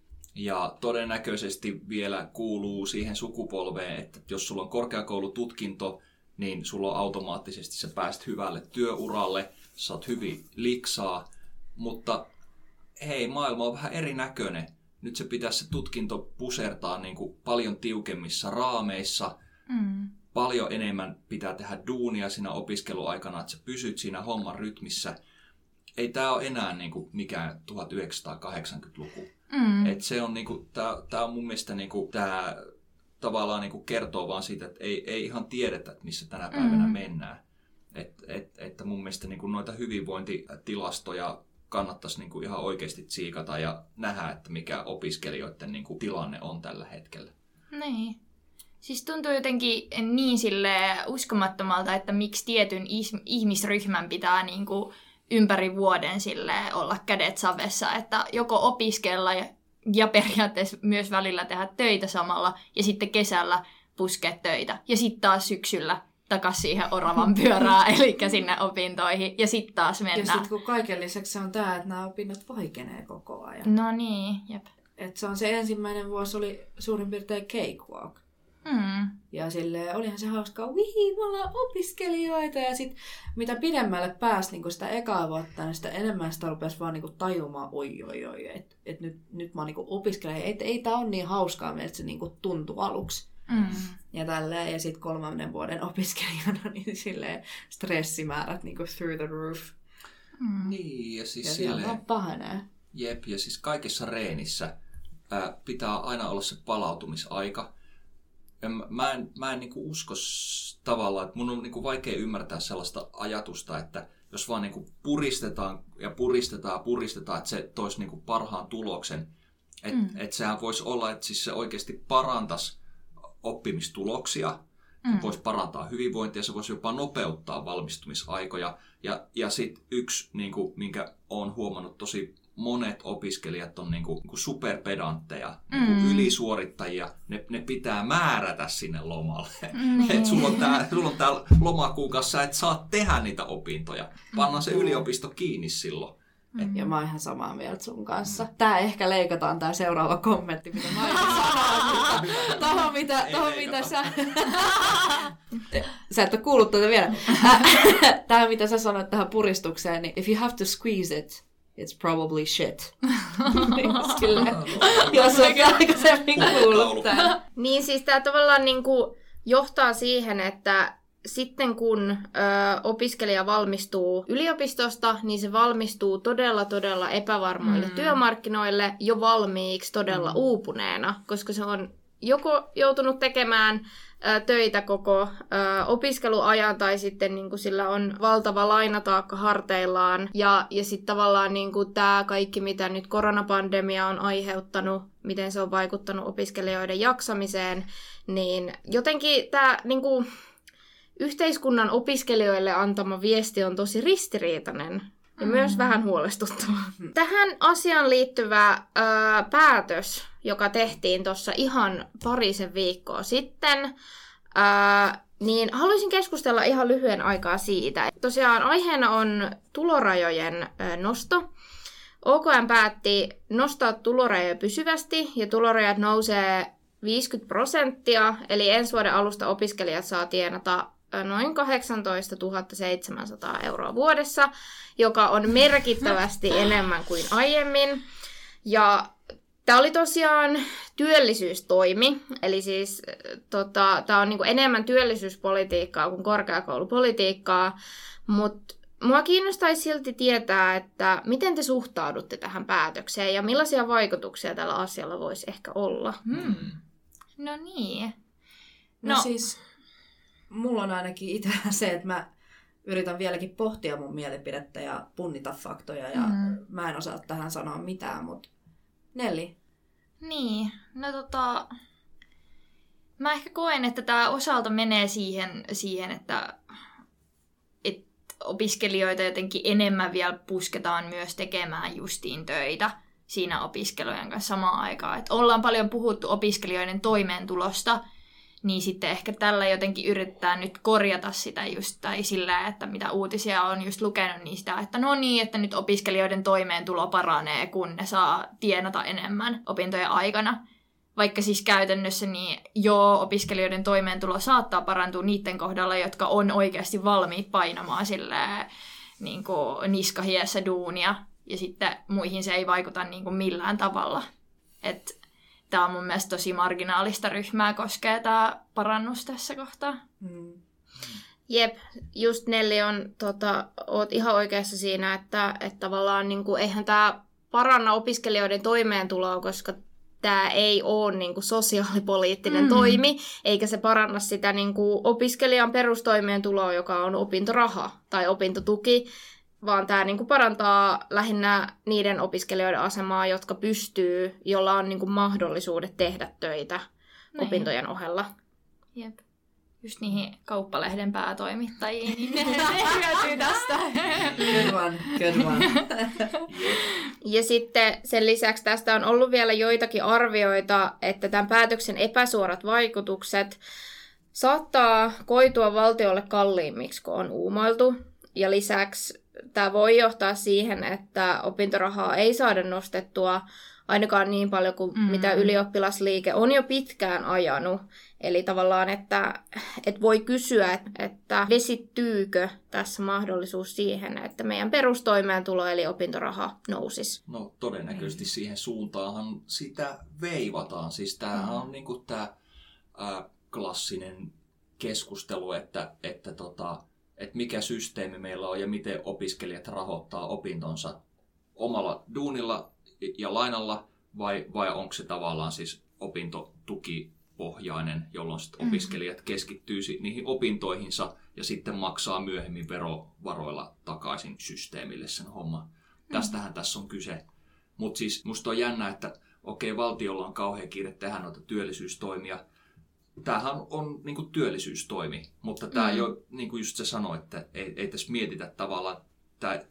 Ja todennäköisesti vielä kuuluu siihen sukupolveen, että jos sulla on korkeakoulututkinto, niin sulla on automaattisesti sä pääst hyvälle työuralle, sä oot hyvin liksaa, mutta hei, maailma on vähän erinäköinen. Nyt se pitäisi se tutkinto pusertaa niin kuin paljon tiukemmissa raameissa. Paljon enemmän pitää tehdä duunia siinä opiskeluaikana, että sä pysyt siinä homman rytmissä. Ei tää ole enää niin kuin mikään 1980-luku. Et se on niinku, tää on mun mielestä niinku, tää tavallaan niinku kertoo vaan siitä, että ei ihan tiedetä, että missä tänä päivänä mennään. Että mun mielestä niinku noita hyvinvointitilastoja kannattaisi niinku ihan oikeasti tsiikata ja nähdä, että mikä opiskelijoiden niinku tilanne on tällä hetkellä. Niin. Siis tuntuu jotenkin niin silleen uskomattomalta, että miksi tietyn ihmisryhmän pitää niinku ympäri vuoden silleen olla kädet savessa, että joko opiskella ja periaatteessa myös välillä tehdä töitä samalla ja sitten kesällä puskea töitä ja sitten taas syksyllä takaisin siihen oravan pyörään, eli sinne opintoihin ja sitten taas mennään. Ja sitten kun kaiken lisäksi on tämä, että nämä opinnot vaikenee koko ajan. No niin, jep. Että se on se ensimmäinen vuosi oli suurin piirtein cakewalk. Ja silleen, olihan se hauskaa, me ollaan opiskelijoita. Ja sitten mitä pidemmälle pääsi niin sitä ekaa vuotta, niin sitä enemmän sitä rupesi vaan niin tajumaan, että nyt mä oon niin opiskelija. Ei tää ole niin hauskaa, miltä se niin tuntui aluksi. Ja tälleen, ja sitten 3. vuoden opiskelijana, niin silleen stressimäärät niin through the roof. Niin, ja siis ja silleen... vaan pahenee. Jep, ja siis kaikessa reenissä pitää aina olla se palautumisaika. Mä en niinku usko tavallaan, että mun on niinku vaikea ymmärtää sellaista ajatusta, että jos vaan niinku puristetaan, että se toisi niinku parhaan tuloksen. Että sehän voisi olla, että siis se oikeasti parantaisi oppimistuloksia, voisi parantaa hyvinvointia, se voisi jopa nopeuttaa valmistumisaikoja. Ja sitten yksi, niinku, minkä olen huomannut tosi monet opiskelijat on niinku superpedantteja, niinku ylisuorittajia. Ne pitää määrätä sinne lomalle. Et sulla on tää lomakuukassa, et saa tehdä niitä opintoja. Pannaan se yliopisto kiinni silloin. Ja mä oon ihan samaa mieltä sun kanssa. Tää ehkä leikataan tää seuraava kommentti, mitä mä oon sanonut. Tohon mitä sä... Sä et oo kuullut tuota vielä. Tää mitä sä sanoit tähän puristukseen, niin if you have to squeeze it, it's probably shit. Jos on aikaisemmin kuullut tää. Niin siis tää tavallaan niinku johtaa siihen, että sitten kun opiskelija valmistuu yliopistosta, niin se valmistuu todella epävarmoille työmarkkinoille jo valmiiksi todella uupuneena, koska se on joko joutunut tekemään töitä koko opiskeluajan tai sitten niin kuin sillä on valtava lainataakka harteillaan. Ja sitten tavallaan niin kuin tämä kaikki, mitä nyt koronapandemia on aiheuttanut, miten se on vaikuttanut opiskelijoiden jaksamiseen, niin jotenkin tämä... Niin kuin yhteiskunnan opiskelijoille antama viesti on tosi ristiriitainen ja myös vähän huolestuttava. Tähän asiaan liittyvä päätös, joka tehtiin tuossa ihan parisen viikkoa sitten, niin haluaisin keskustella ihan lyhyen aikaa siitä. Tosiaan aiheena on tulorajojen nosto. OKM päätti nostaa tulorajoja pysyvästi ja tulorajat nousee 50%, eli ensi vuoden alusta opiskelijat saa tienata noin 18 700 € vuodessa, joka on merkittävästi enemmän kuin aiemmin. Ja tämä oli tosiaan työllisyystoimi, eli siis tämä on niinku enemmän työllisyyspolitiikkaa kuin korkeakoulupolitiikkaa, mutta mua kiinnostaisi silti tietää, että miten te suhtaudutte tähän päätökseen ja millaisia vaikutuksia tällä asialla voisi ehkä olla. No niin. No siis... Mulla on ainakin itse se, että mä yritän vieläkin pohtia mun mielipidettä ja punnita faktoja ja mä en osaa tähän sanoa mitään, mutta Nelli. Niin, no mä ehkä koen, että tää osalta menee siihen että opiskelijoita jotenkin enemmän vielä pusketaan myös tekemään justiin töitä siinä opiskelujen kanssa samaan aikaan. Et ollaan paljon puhuttu opiskelijoiden toimeentulosta, niin sitten ehkä tällä jotenkin yrittää nyt korjata sitä just, tai sillä, että mitä uutisia on just lukenut, niin sitä, että no niin, että nyt opiskelijoiden toimeentulo paranee, kun ne saa tienata enemmän opintojen aikana. Vaikka siis käytännössä niin opiskelijoiden toimeentulo saattaa parantua niiden kohdalla, jotka on oikeasti valmiit painamaan silleen, niin kuin niskahiessä duunia, ja sitten muihin se ei vaikuta niin kuin millään tavalla. Tämä on mun mielestä tosi marginaalista ryhmää koskee tämä parannus tässä kohtaa. Jep, just Nelli oot ihan oikeassa siinä, että tavallaan niin kuin, eihän tämä paranna opiskelijoiden toimeentuloa, koska tämä ei ole niin kuin sosiaalipoliittinen toimi, eikä se paranna sitä niin kuin opiskelijan perustoimeentuloa, joka on opintoraha tai opintotuki, vaan tämä niinku parantaa lähinnä niiden opiskelijoiden asemaa, jotka pystyy, jolla on niinku mahdollisuudet tehdä töitä opintojen ohella. Jep. Just niihin kauppalehden päätoimittajiin, niin ne hyötyy tästä. Good one. Ja sitten sen lisäksi tästä on ollut vielä joitakin arvioita, että tämän päätöksen epäsuorat vaikutukset saattaa koitua valtiolle kalliimmiksi, kun on uumoiltu. Ja lisäksi tämä voi johtaa siihen, että opintorahaa ei saada nostettua ainakaan niin paljon kuin mitä ylioppilasliike on jo pitkään ajanut. Eli tavallaan, että voi kysyä, että vesittyykö tässä mahdollisuus siihen, että meidän perustoimeentulo eli opintoraha nousisi? No todennäköisesti siihen suuntaanhan sitä veivataan. Siis tämähän on niinku tämä klassinen keskustelu, että mikä systeemi meillä on ja miten opiskelijat rahoittaa opintonsa omalla duunilla ja lainalla, vai onko se tavallaan siis opintotukipohjainen, jolloin sitten opiskelijat keskittyy niihin opintoihinsa ja sitten maksaa myöhemmin verovaroilla takaisin systeemille sen homman. Tästähän tässä on kyse. Mutta siis musta on jännä, että valtiolla on kauhean kiire tehdä noita työllisyystoimia. Tämähän on niin kuin työllisyystoimi, mutta tämä ei ole, niin kuin just sä sanoit, että ei tässä mietitä tavallaan,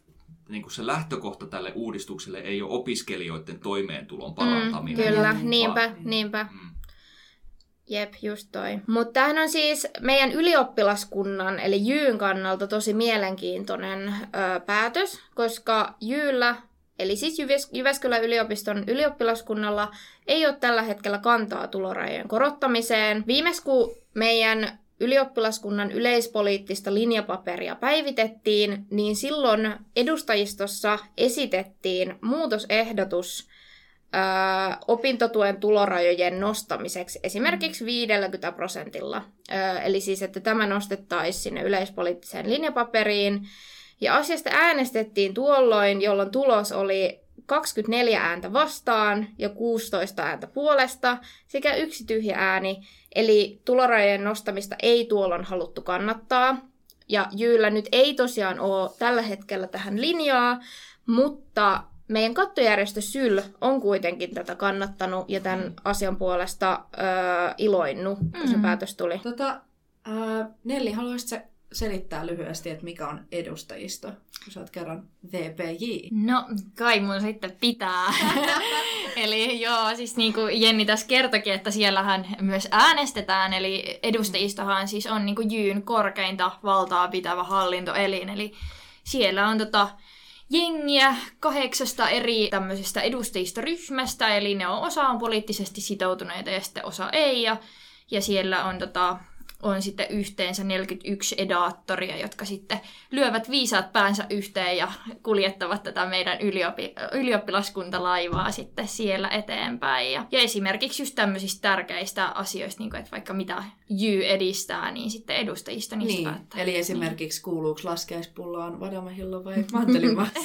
niin kuin se lähtökohta tälle uudistukselle ei ole opiskelijoiden toimeentulon parantaminen. Kyllä, niinpä. Jep, just toi. Mutta tämähän on siis meidän ylioppilaskunnan, eli Jyn kannalta tosi mielenkiintoinen päätös, koska Jyllä, eli siis Jyväskylän yliopiston ylioppilaskunnalla, ei ole tällä hetkellä kantaa tulorajojen korottamiseen. Viimeksi kun meidän ylioppilaskunnan yleispoliittista linjapaperia päivitettiin, niin silloin edustajistossa esitettiin muutosehdotus opintotuen tulorajojen nostamiseksi esimerkiksi 50%. Eli siis, että tämä nostettaisiin sinne yleispoliittiseen linjapaperiin. Ja asiasta äänestettiin tuolloin, jolloin tulos oli 24 ääntä vastaan ja 16 ääntä puolesta sekä 1 tyhjä ääni. Eli tulorajojen nostamista ei tuolloin haluttu kannattaa. Ja Jyllä nyt ei tosiaan ole tällä hetkellä tähän linjaa, mutta meidän kattojärjestö SYL on kuitenkin tätä kannattanut ja tämän asian puolesta iloinnut, kun se päätös tuli. Nelli, haluaisitko selittää lyhyesti, että mikä on edustajisto, kun sä oot kerran VPJ? No, kai mun sitten pitää. Eli joo, siis niin kuin Jenni tässä kertoikin, että siellähän myös äänestetään, eli edustajistohan siis on niin kuin Jyn korkeinta valtaa pitävä hallintoelin, eli siellä on jengiä 8 eri tämmöisestä edustajistoryhmästä, eli osa on poliittisesti sitoutuneita ja sitten osa ei, ja siellä on sitten yhteensä 41 edaattoria, jotka sitten lyövät viisaat päänsä yhteen ja kuljettavat tätä meidän ylioppilaskuntalaivaa sitten siellä eteenpäin. Ja esimerkiksi just tämmöisistä tärkeistä asioista, niin kuin, että vaikka mitä Jy edistää, niin sitten edustajista niistä päättää. Eli esimerkiksi kuuluuko laskeispullaan vadamahillo vai mantelimassa?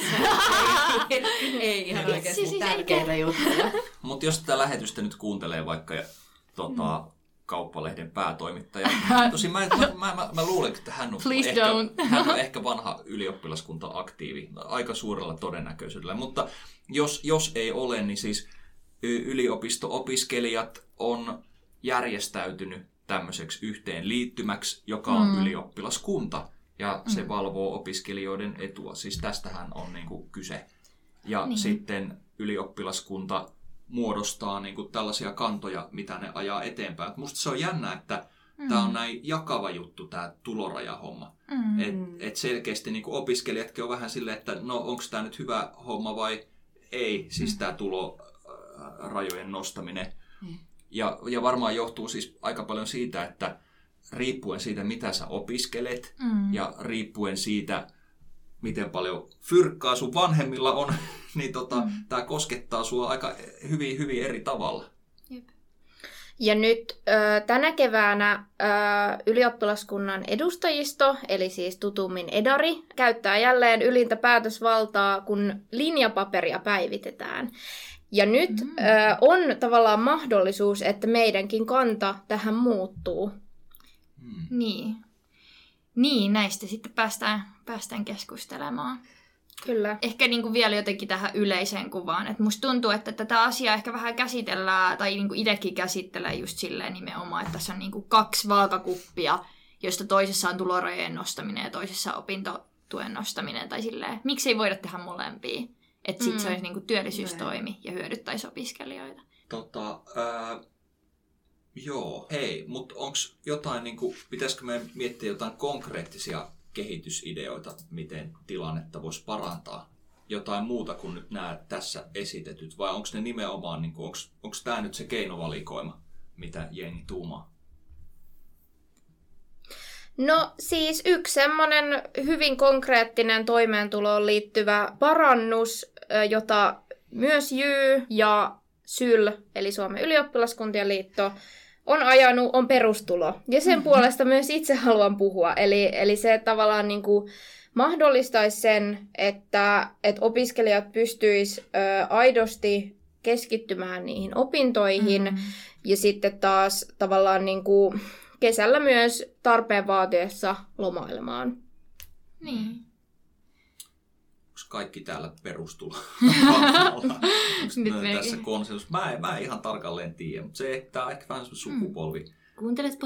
Ei ihan oikeasti tärkeitä juttuja. Mutta jos tätä lähetystä nyt kuuntelee vaikka Kauppalehden päätoimittaja. Tosin mä luulen, että hän on ehkä vanha ylioppilaskunta-aktiivi aika suurella todennäköisyydellä. Mutta jos ei ole, niin siis yliopisto-opiskelijat on järjestäytynyt tämmöiseksi yhteenliittymäksi, joka on ylioppilaskunta. Ja se valvoo opiskelijoiden etua. Siis tästähän on niinku kyse. Ja sitten ylioppilaskunta muodostaa niin kuin tällaisia kantoja, mitä ne ajaa eteenpäin. Musta se on jännä, että tämä on näin jakava juttu, tämä tulorajahomma. Et selkeästi niin kuin opiskelijatkin on vähän silleen, että no onko tämä nyt hyvä homma vai ei, siis tämä tulorajojen nostaminen. Ja varmaan johtuu siis aika paljon siitä, että riippuen siitä, mitä sä opiskelet ja riippuen siitä, miten paljon fyrkkaa sun vanhemmilla on, niin tämä koskettaa sua aika hyvin eri tavalla. Jep. Ja nyt tänä keväänä ylioppilaskunnan edustajisto, eli siis tutummin edari, käyttää jälleen ylintä päätösvaltaa, kun linjapaperia päivitetään. Ja nyt on tavallaan mahdollisuus, että meidänkin kanta tähän muuttuu. Niin, näistä sitten päästään keskustelemaan. Kyllä. Ehkä niin kuin vielä jotenkin tähän yleiseen kuvaan. Että musta tuntuu, että tätä asiaa ehkä vähän käsitellään, tai niin kuin itsekin käsittelee just silleen nimenomaan, että tässä on niin kuin 2 vaakakuppia, joista toisessa on tulorajojen nostaminen ja toisessa opintotuen nostaminen. Tai silleen, miksi ei voida tehdä molempia? Että sitten se olisi niin kuin työllisyystoimi ja hyödyttäisi opiskelijoita. Joo, hei, mutta onko jotain, pitäisikö me miettiä jotain konkreettisia kehitysideoita, miten tilannetta voisi parantaa? Jotain muuta kuin nyt nämä tässä esitetyt, vai onko ne nimenomaan, onko tämä nyt se keinovalikoima, mitä Jenni tuumaa? No siis yksi semmoinen hyvin konkreettinen toimeentuloon liittyvä parannus, jota myös Jy ja SYL, eli Suomen ylioppilaskuntien liitto, on ajanut, on perustulo. Ja sen puolesta myös itse haluan puhua. Eli se tavallaan niin kuin mahdollistaisi sen, että opiskelijat pystyisivät aidosti keskittymään niihin opintoihin. Ja sitten taas tavallaan niin kuin kesällä myös tarpeen vaatiessa lomailemaan. Niin. Onko kaikki täällä perustulo? Tässä konsensus. Mä en ihan tarkalleen tiedä, mutta tämä on ehkä vähän sukupolvi. Kuuntelet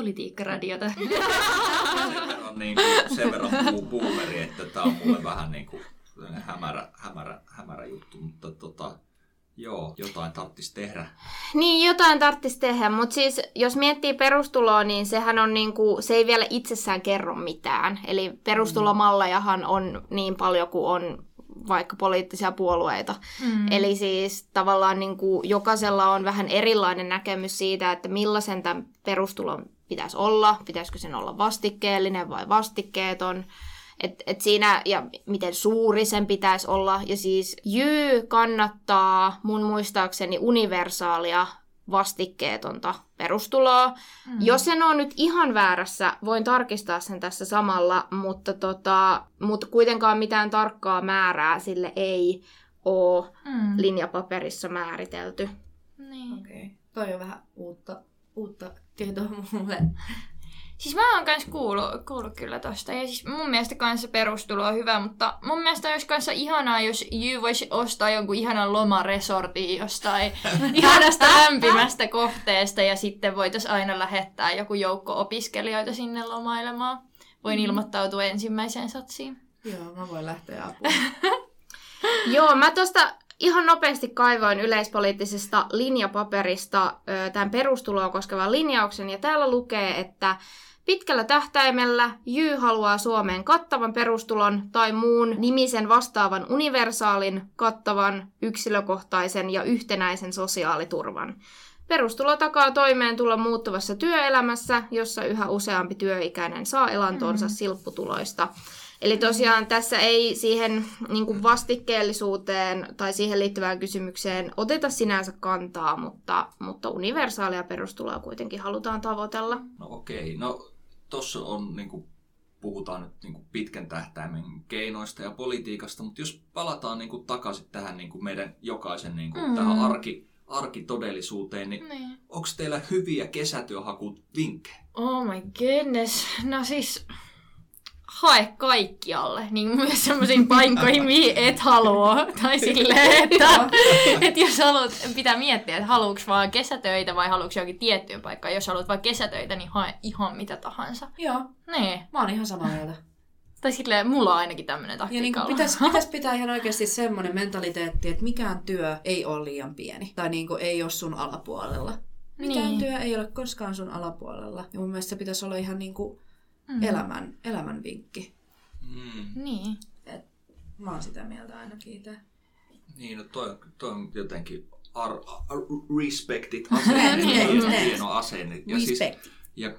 politiikkaradiota. Sen verran boomeri, että tämä on mulle vähän niin kuin hämärä juttu, mutta joo, jotain tarvitsisi tehdä. Niin, jotain tarvitsisi tehdä, mutta siis jos miettii perustuloa, niin sehän on niinku, se ei vielä itsessään kerro mitään. Eli perustulomallejahan on niin paljon kuin on vaikka poliittisia puolueita. Eli siis tavallaan niinku jokaisella on vähän erilainen näkemys siitä, että millaisen tämän perustulon pitäisi olla. Pitäisikö sen olla vastikkeellinen vai vastikkeeton. Et siinä, ja miten suuri sen pitäisi olla. Ja siis Jy kannattaa mun muistaakseni universaalia vastikkeetonta perustuloa. Jos en ole nyt ihan väärässä, voin tarkistaa sen tässä samalla, mutta kuitenkaan mitään tarkkaa määrää sille ei ole linjapaperissa määritelty. Niin. Okei. Toi on vähän uutta tietoa mulle. Siis mä oon kans kuullut kyllä tosta. Ja siis mun mielestä kanssa perustulo on hyvä, mutta mun mielestä olisi kanssa ihanaa, jos Jy voisi ostaa jonkun ihanan lomaresortin jostain ihanasta lämpimästä kohteesta ja sitten voitaisiin aina lähettää joku joukko opiskelijoita sinne lomailemaan. Voin ilmoittautua ensimmäiseen satsiin. Joo, mä voin lähteä apuun. Joo, mä tosta ihan nopeasti kaivoin yleispoliittisesta linjapaperista tämän perustuloa koskevan linjauksen, ja täällä lukee, että pitkällä tähtäimellä Jy haluaa Suomeen kattavan perustulon tai muun nimisen vastaavan universaalin, kattavan, yksilökohtaisen ja yhtenäisen sosiaaliturvan. Perustulo takaa toimeentulon muuttuvassa työelämässä, jossa yhä useampi työikäinen saa elantonsa silpputuloista. Eli tosiaan tässä ei siihen niin kuin vastikkeellisuuteen tai siihen liittyvään kysymykseen oteta sinänsä kantaa, mutta universaalia perustuloa kuitenkin halutaan tavoitella. No okei, no tossa on, niin kuin, puhutaan nyt niin kuin pitkän tähtäimen keinoista ja politiikasta, mutta jos palataan niin kuin takaisin tähän niin kuin meidän jokaisen niin kuin, tähän arkitodellisuuteen, niin onko teillä hyviä kesätyöhakuvinkkejä? Oh my goodness. No siis hae kaikkialle, niin myös semmoisiin paikkoihin, mihin et halua. Tai silleen, että jos haluat, pitää miettiä, että haluatko vaan kesätöitä vai haluatko johonkin tiettyyn paikkaan. Jos haluat vaan kesätöitä, niin hae ihan mitä tahansa. Joo, niin. Mä oon ihan samaa mieltä. Tai silleen, mulla on ainakin tämmönen taktiikka. Ja niin pitäisi pitää ihan oikeasti semmoinen mentaliteetti, että mikään työ ei ole liian pieni. Tai niin kuin ei ole sun alapuolella. Mikään työ ei ole koskaan sun alapuolella. Ja mun mielestä se pitäisi olla ihan niin kuin elämän vinkki. Niin. Et mä oon sitä mieltä ainakin itse. Niin, no toi on jotenkin respectit asenne, hieno asenne. Ja, siis, ja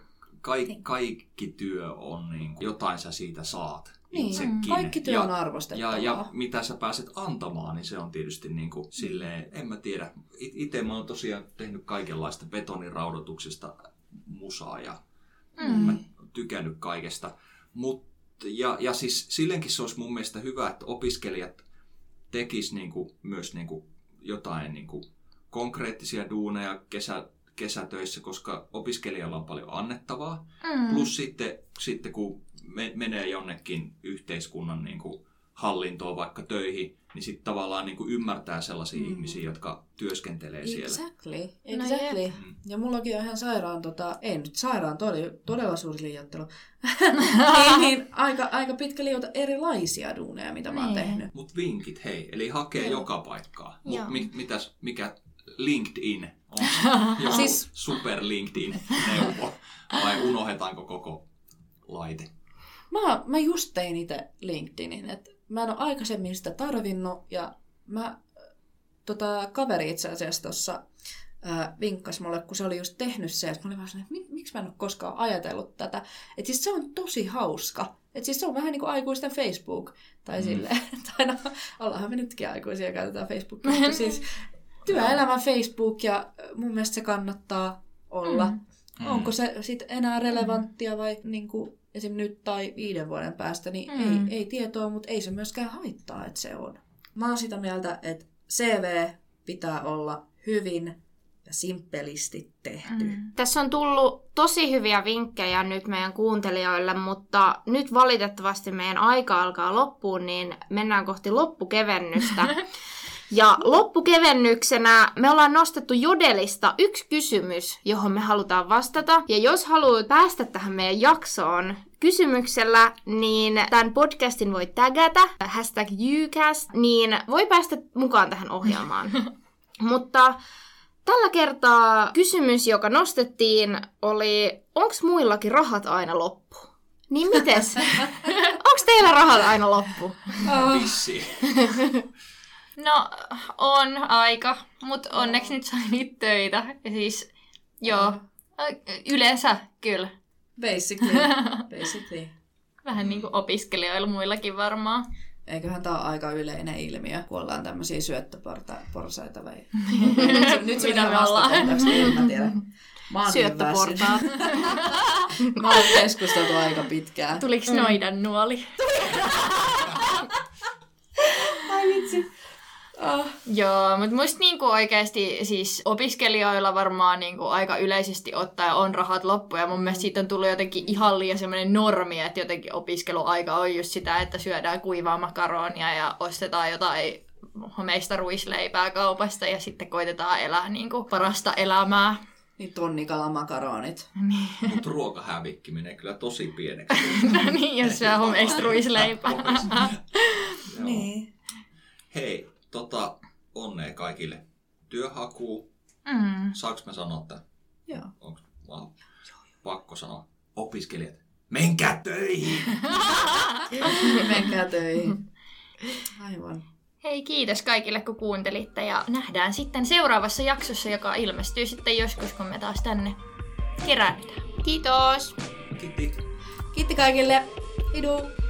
kaikki työ on niin kuin, jotain sä siitä saat itsekin. Kaikki työ on arvostettavaa. Ja mitä sä pääset antamaan, niin se on tietysti niin kuin, silleen, en mä tiedä. Itse mä oon tosiaan tehnyt kaikenlaista betoniraudotuksesta musaa ja mä tykännyt kaikesta. Ja siis silleenkin se olisi mun mielestä hyvä, että opiskelijat tekis niinku, myös niinku jotain niinku konkreettisia duuneja kesätöissä, koska opiskelijalla on paljon annettavaa. Plus sitten kun menee jonnekin yhteiskunnan niinku hallintoon vaikka töihin, niin sitten tavallaan niinku ymmärtää sellaisia ihmisia, jotka työskentelee siellä. Exactly. Ja mullakin on ihan ei nyt sairaan, todella suuri liioittelu. niin, aika pitkä liioita erilaisia duuneja, mitä mä oon tehnyt. Mut vinkit, hei, eli hakee joka paikkaa. Mikä LinkedIn on? Joku siis super LinkedIn-neuvo. Vai unohdetaanko koko laite? Mä just tein itse LinkedInin, että mä en ole aikaisemmin sitä tarvinnut, ja kaveri itse asiassa tuossa vinkkasi mulle, kun se oli just tehnyt se, että mä olin vaan sellainen, että miksi mä en ole koskaan ajatellut tätä. Että siis se on tosi hauska. Että siis se on vähän niin kuin aikuisten Facebook, tai silleen, tai no, ollaanhan me nytkin aikuisia ja käytetään Facebookia, mutta siis työelämän Facebook, ja mun mielestä se kannattaa olla. Onko se sitten enää relevanttia vai niin kuin esim. Nyt tai 5 vuoden päästä, niin ei tietoa, mutta ei se myöskään haittaa, että se on. Mä oon sitä mieltä, että CV pitää olla hyvin ja simppelisti tehty. Tässä on tullut tosi hyviä vinkkejä nyt meidän kuuntelijoille, mutta nyt valitettavasti meidän aika alkaa loppuun, niin mennään kohti loppukevennystä. Ja loppukevennyksenä me ollaan nostettu Jodelista 1 kysymys, johon me halutaan vastata. Ja jos haluat päästä tähän meidän jaksoon kysymyksellä, niin tämän podcastin voi tagata, #YouCast, niin voi päästä mukaan tähän ohjelmaan. Mutta tällä kertaa kysymys, joka nostettiin, oli, onks muillakin rahat aina loppu? Niin mites? Onks teillä rahat aina loppu? Vissi. No, on aika, mutta onneksi nyt sain niitä töitä. Ja siis, joo, yleensä kyllä. Basically. Vähän niin kuin opiskelijoilla muillakin varmaan. Eiköhän tää ole aika yleinen ilmiö, kun ollaan tämmöisiä syöttöporsaita vai... Nyt se Mitä me ollaan? En mä tiedä. Syöttöportaat. Mä oon keskusteltu aika pitkään. Tuliks noidan nuoli? Ai vitsi. Joo, mutta musta niinku oikeasti siis opiskelijoilla varmaan niinku aika yleisesti ottaen on rahat loppu. Ja mun mielestä siitä on tullut jotenkin ihan liian semmoinen normi, että jotenkin opiskeluaika on just sitä, että syödään kuivaa makaronia ja ostetaan jotain homeista ruisleipää kaupasta ja sitten koitetaan elää niinku parasta elämää. Niin tonnikala-makaronit. Mutta ruokahävikki menee kyllä tosi pieneksi. No niin, jos syö homeista ruisleipää. Niin. Hei, onnea kaikille työhakuun. Saanko mä sanoa, että Joo. onko pakko sanoa opiskelijat, menkää töihin! Menkää töihin. Aivan. Hei, kiitos kaikille kun kuuntelitte ja nähdään sitten seuraavassa jaksossa, joka ilmestyy sitten joskus, kun me taas tänne keräännytään. Kiitos! Kiitti. Kiitti kaikille. Iduu.